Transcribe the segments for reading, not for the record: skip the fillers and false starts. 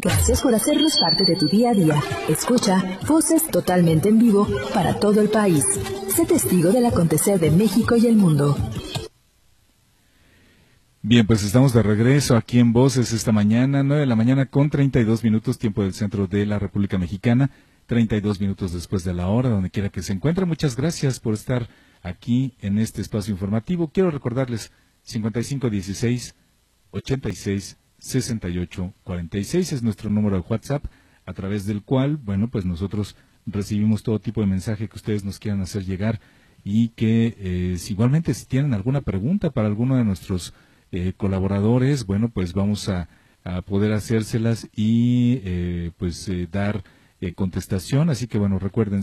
Gracias por hacernos parte de tu día a día. Escucha Voces totalmente en vivo para todo el país. Sé testigo del acontecer de México y el mundo. Bien, pues estamos de regreso aquí en Voces esta mañana, 9 de la mañana con 32 minutos, tiempo del centro de la República Mexicana, 32 minutos después de la hora, donde quiera que se encuentre. Muchas gracias por estar aquí en este espacio informativo. Quiero recordarles 5516-866846 es nuestro número de WhatsApp, a través del cual, bueno, pues nosotros recibimos todo tipo de mensaje que ustedes nos quieran hacer llegar y que igualmente si tienen alguna pregunta para alguno de nuestros colaboradores, bueno, pues vamos a poder hacérselas y dar contestación. Así que bueno, recuerden,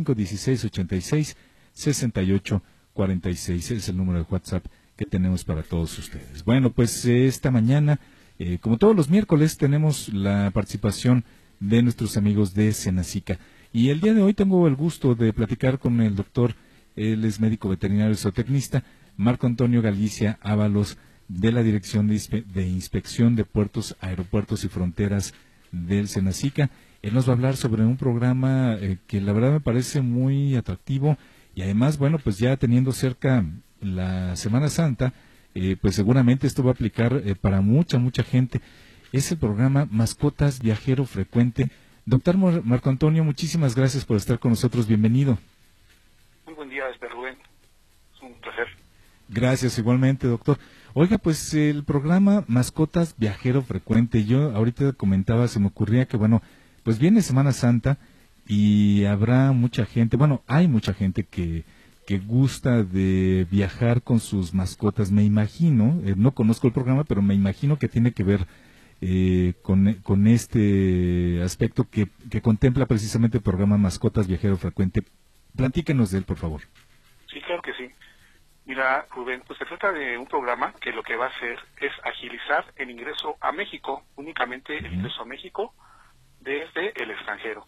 5516-866846 es el número de WhatsApp que tenemos para todos ustedes. Bueno, pues esta mañana, como todos los miércoles, tenemos la participación de nuestros amigos de Senacica. Y el día de hoy tengo el gusto de platicar con el doctor, él es médico veterinario zootecnista, Marco Antonio Galicia Ábalos, de la Dirección de Inspección de Puertos, Aeropuertos y Fronteras del Senacica. Él nos va a hablar sobre un programa que la verdad me parece muy atractivo y además, bueno, pues ya teniendo cerca la Semana Santa, pues seguramente esto va a aplicar para mucha gente. Es el programa Mascotas Viajero Frecuente. Doctor Marco Antonio, muchísimas gracias por estar con nosotros. Bienvenido. Muy buen día, Rubén. Es un placer. Gracias, igualmente, doctor. Oiga, pues el programa Mascotas Viajero Frecuente, yo ahorita comentaba, se me ocurría que, bueno, pues viene Semana Santa y habrá mucha gente, bueno, hay mucha gente que gusta de viajar con sus mascotas, me imagino, no conozco el programa, pero me imagino que tiene que ver con este aspecto que contempla precisamente el programa Mascotas Viajero Frecuente. Platíquenos de él, por favor. Sí, claro que sí. Mira, Rubén, pues se trata de un programa que lo que va a hacer es agilizar el ingreso a México, únicamente el ingreso a México desde el extranjero.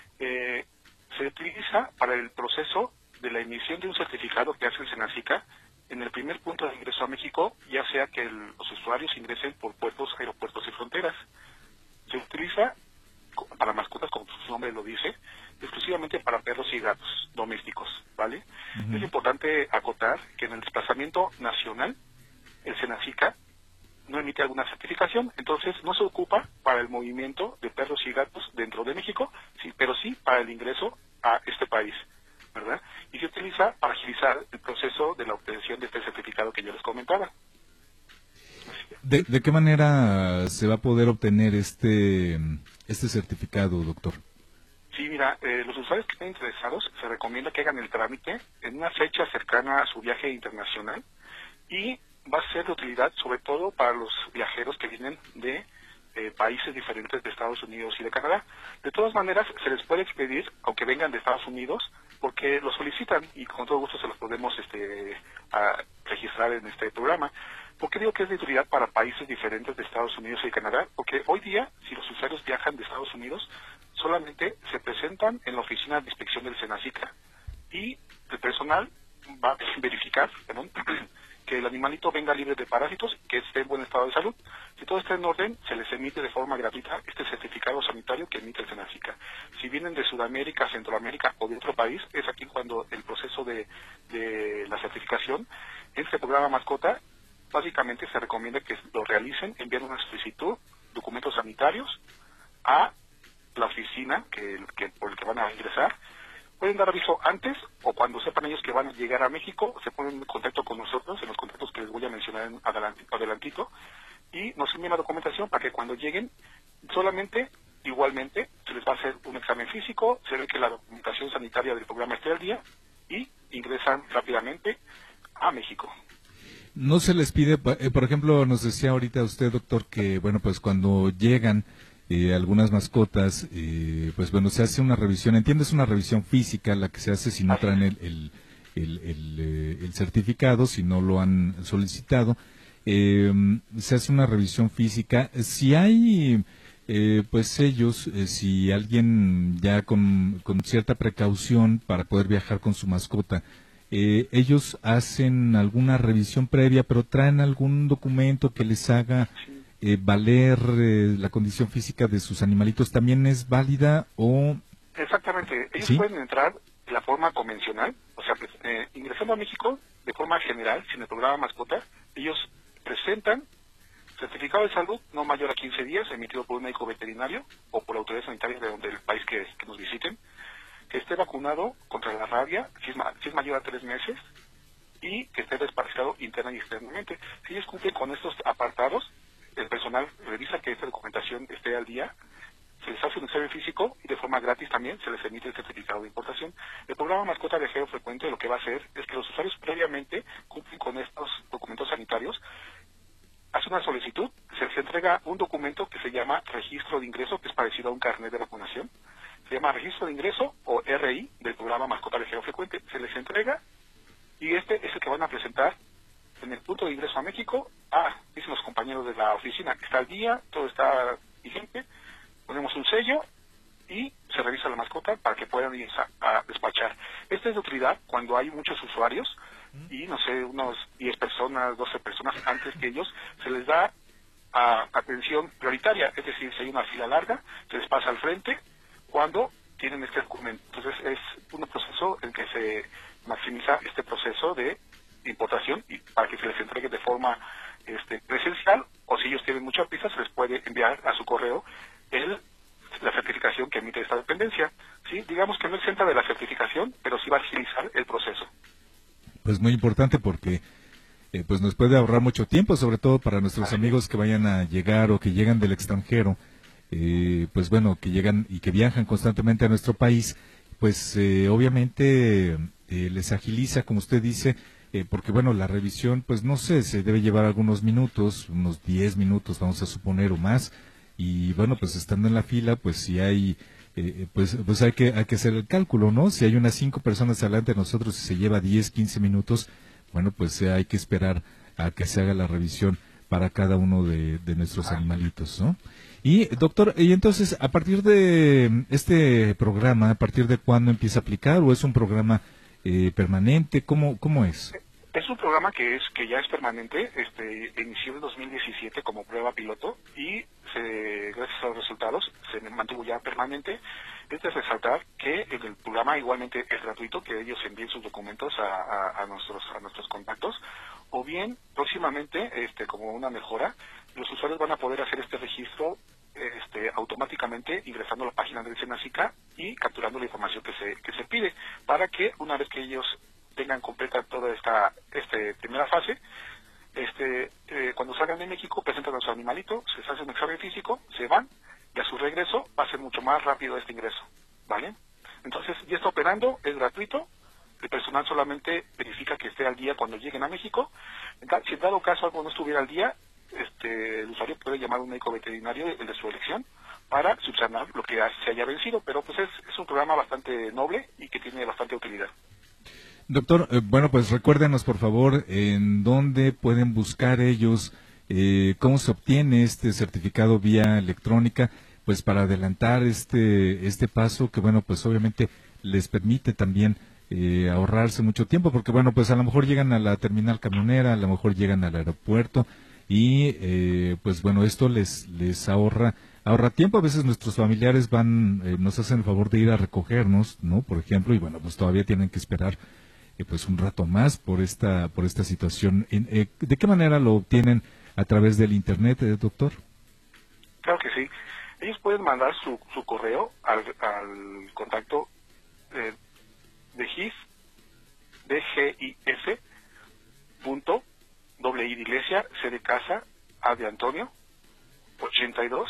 Se utiliza para el proceso de la emisión de un certificado que hace el Senacica en el primer punto de ingreso a México, ya sea que los usuarios ingresen por puertos, aeropuertos y fronteras. Se utiliza para mascotas, como su nombre lo dice, exclusivamente para perros y gatos domésticos, ¿vale? Es importante acotar que en el desplazamiento nacional, el Senacica no emite alguna certificación, entonces no se ocupa para el movimiento de perros y gatos dentro de México, sí, pero sí para el ingreso a este país, ¿verdad? Y se utiliza para agilizar el proceso de la obtención de este certificado que yo les comentaba. ¿De qué manera se va a poder obtener este certificado, doctor? Sí, mira, los usuarios que estén interesados se recomienda que hagan el trámite en una fecha cercana a su viaje internacional y va a ser de utilidad sobre todo para los viajeros que vienen de países diferentes de Estados Unidos y de Canadá. De todas maneras, se les puede expedir, aunque vengan de Estados Unidos, porque lo solicitan y con todo gusto se los podemos registrar en este programa. ¿Por qué digo que es de utilidad para países diferentes de Estados Unidos y Canadá? Porque hoy día, si los usuarios viajan de Estados Unidos, solamente se presentan en la oficina de inspección del Senacica y el personal va a verificar que el animalito venga libre de parásitos, que esté en buen estado de salud. Si todo está en orden, se les emite de forma gratuita este certificado sanitario que emite el Senacica. Si vienen de Sudamérica, Centroamérica o de otro país, es aquí cuando el proceso de la certificación, en este programa Mascota, básicamente se recomienda que lo realicen, envíen una solicitud, documentos sanitarios, a la oficina por el que van a ingresar. Pueden dar aviso antes o cuando sepan ellos que van a llegar a México, se ponen en contacto con nosotros, en los contactos que les voy a mencionar adelantito, y nos envían la documentación para que cuando lleguen, igualmente, se les va a hacer un examen físico, se ve que la documentación sanitaria del programa esté al día y ingresan rápidamente a México. No se les pide, por ejemplo, nos decía ahorita usted, doctor, que bueno, pues cuando llegan algunas mascotas, pues bueno, se hace una revisión, entiendo, es una revisión física la que se hace si no traen el certificado, si no lo han solicitado, se hace una revisión física. Si hay pues ellos, si alguien ya con cierta precaución para poder viajar con su mascota, ellos hacen alguna revisión previa, pero traen algún documento que les haga valer la condición física de sus animalitos también es válida o... Exactamente, ellos ¿Sí? pueden entrar de la forma convencional, o sea, ingresando a México de forma general, sin el programa mascota, ellos presentan certificado de salud no mayor a 15 días, emitido por un médico veterinario o por la autoridad sanitaria de donde el país que nos visiten, que esté vacunado contra la rabia, si es mayor a 3 meses, y que esté desparasitado interna y externamente. Si ellos cumplen con estos apartados, el personal revisa que esta documentación esté al día, se les hace un examen físico y de forma gratis también se les emite el certificado de importación. El programa Mascota Viajero Frecuente lo que va a hacer es que los usuarios previamente cumplen con estos documentos sanitarios, hace una solicitud, se les entrega un documento que se llama Registro de Ingreso, que es parecido a un carnet de vacunación, se llama Registro de Ingreso o RI del programa Mascota Viajero Frecuente, se les entrega y este es el que van a presentar en el punto de ingreso a México. Dicen los compañeros de la oficina que está al día, todo está vigente, ponemos un sello y se revisa la mascota para que puedan ir a despachar. Esta es de utilidad cuando hay muchos usuarios y, no sé, unos 10 personas, 12 personas antes que ellos, se les da atención prioritaria, es decir, si hay una fila larga, se les pasa al frente cuando tienen este documento. Entonces es un proceso en que se maximiza este proceso de importación y para que se les entregue de forma presencial, o si ellos tienen mucha prisa, se les puede enviar a su correo la certificación que emite esta dependencia. ¿Sí? Digamos que no exenta de la certificación, pero sí va a agilizar el proceso. Pues muy importante porque pues nos puede ahorrar mucho tiempo, sobre todo para nuestros amigos que vayan a llegar o que llegan del extranjero, pues bueno, que llegan y que viajan constantemente a nuestro país, pues obviamente les agiliza, como usted dice, porque bueno, la revisión, pues no sé, se debe llevar algunos minutos, unos 10 minutos vamos a suponer o más, y bueno, pues estando en la fila, pues si hay, pues hay que hacer el cálculo, ¿no? Si hay unas 5 personas delante de nosotros y se lleva 10, 15 minutos, bueno, pues hay que esperar a que se haga la revisión para cada uno de nuestros animalitos, ¿no? Y doctor, y entonces, a partir de este programa, ¿a partir de cuándo empieza a aplicar o es un programa permanente? ¿Cómo es? Es un programa que ya es permanente, inició en 2017 como prueba piloto y gracias a los resultados se mantuvo ya permanente. Es de resaltar que el programa igualmente es gratuito, que ellos envíen sus documentos a nuestros contactos, o bien próximamente, como una mejora, los usuarios van a poder hacer este registro automáticamente ingresando a la página del Senacica y capturando la información que se pide, para que una vez que ellos tengan completa toda esta primera fase, cuando salgan de México presentan a su animalito, se les hace un examen físico, se van y a su regreso va a ser mucho más rápido este ingreso, ¿vale? Entonces ya está operando, es gratuito, el personal solamente verifica que esté al día cuando lleguen a México. Si en dado caso algo no estuviera al día, el usuario puede llamar a un médico veterinario, el de su elección, para subsanar lo que se haya vencido, pero pues es un programa bastante noble y que tiene bastante utilidad. Doctor, bueno, pues recuérdenos por favor en dónde pueden buscar ellos, cómo se obtiene este certificado vía electrónica, pues para adelantar este paso que bueno, pues obviamente les permite también ahorrarse mucho tiempo, porque bueno, pues a lo mejor llegan a la terminal camionera, a lo mejor llegan al aeropuerto y pues bueno, esto les ahorra tiempo. A veces nuestros familiares nos hacen el favor de ir a recogernos, ¿no? Por ejemplo, y bueno, pues todavía tienen que esperar pues un rato más por esta situación. ¿De qué manera lo obtienen? ¿A través del internet, doctor? Claro que sí. Ellos pueden mandar su correo al contacto de GIS, DGIS, punto, doble I de iglesia, C de casa, A de Antonio, 82,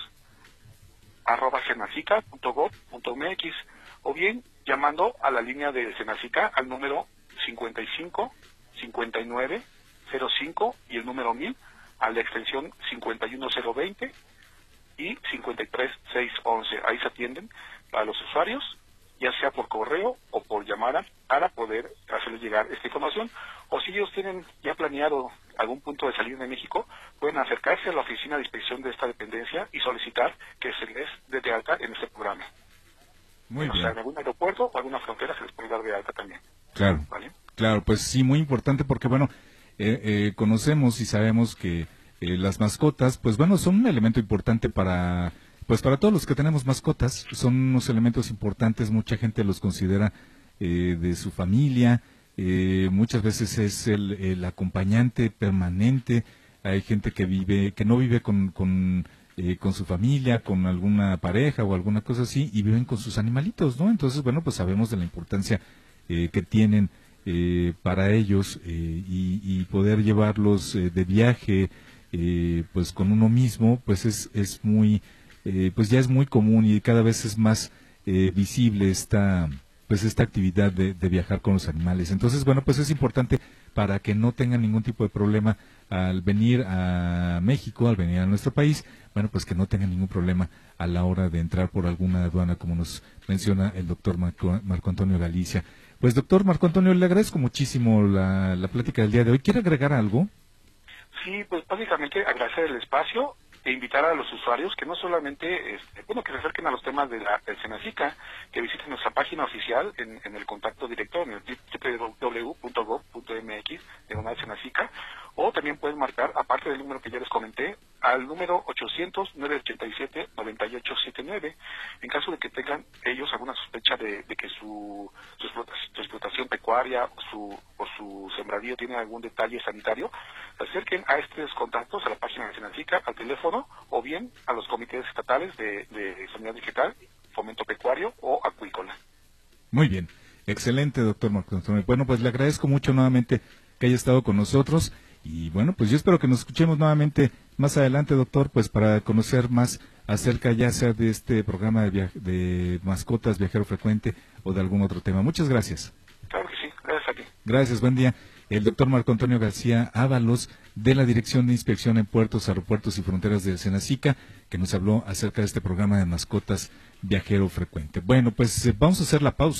@senacica.gov.mx, o bien llamando a la línea de Senacica al número 55 59 05 y el número 1000 a la extensión 51020 y 53611. Ahí se atienden a los usuarios, ya sea por correo o por llamada, para poder hacerles llegar esta información. O si ellos tienen ya planeado algún punto de salida de México, pueden acercarse a la oficina de inspección de esta dependencia y solicitar que se les dé de alta en este programa. Muy bien. O sea, en algún aeropuerto o alguna frontera se les puede dar de alta también. Claro, ¿vale? Claro, pues sí, muy importante porque bueno, conocemos y sabemos que las mascotas, pues bueno, son un elemento importante para todos los que tenemos mascotas, son unos elementos importantes, mucha gente los considera de su familia, muchas veces es el acompañante permanente, hay gente que no vive con su familia, con alguna pareja o alguna cosa así, y viven con sus animalitos, ¿no? Entonces, bueno, pues sabemos de la importancia que tienen para ellos y poder llevarlos de viaje, pues con uno mismo, pues es muy, pues ya es muy común y cada vez es más visible esta actividad de viajar con los animales. Entonces, bueno, pues es importante para que no tengan ningún tipo de problema al venir a México, al venir a nuestro país, bueno, pues que no tengan ningún problema a la hora de entrar por alguna aduana, como nos menciona el doctor Marco Antonio Galicia. Pues, doctor Marco Antonio, le agradezco muchísimo la plática del día de hoy. ¿Quiere agregar algo? Sí, pues básicamente agradecer el espacio e invitar a los usuarios que no solamente, que se acerquen a los temas del Senacica, que visiten nuestra página oficial en el contacto directo, en el www.gov.mx, diagonal Senacica, o también pueden marcar, aparte del número que ya les comenté, al número 800-987-9879, en caso de que tengan ellos alguna sospecha de que su explotación pecuaria o su sembradío tiene algún detalle sanitario, se acerquen a estos contactos, a la página de Senacica, al teléfono, o bien a los comités estatales de sanidad vegetal, fomento pecuario o acuícola. Muy bien, excelente, doctor Marco Antonio. Bueno, pues le agradezco mucho nuevamente que haya estado con nosotros y bueno, pues yo espero que nos escuchemos nuevamente más adelante, doctor, pues para conocer más acerca ya sea de este programa de mascotas viajero frecuente o de algún otro tema. Muchas gracias. Claro que sí, gracias a ti. Gracias, buen día. El doctor Marco Antonio García Ábalos, de la Dirección de Inspección en Puertos, Aeropuertos y Fronteras del Senacica, que nos habló acerca de este programa de mascotas viajero frecuente. Bueno, pues vamos a hacer la pausa.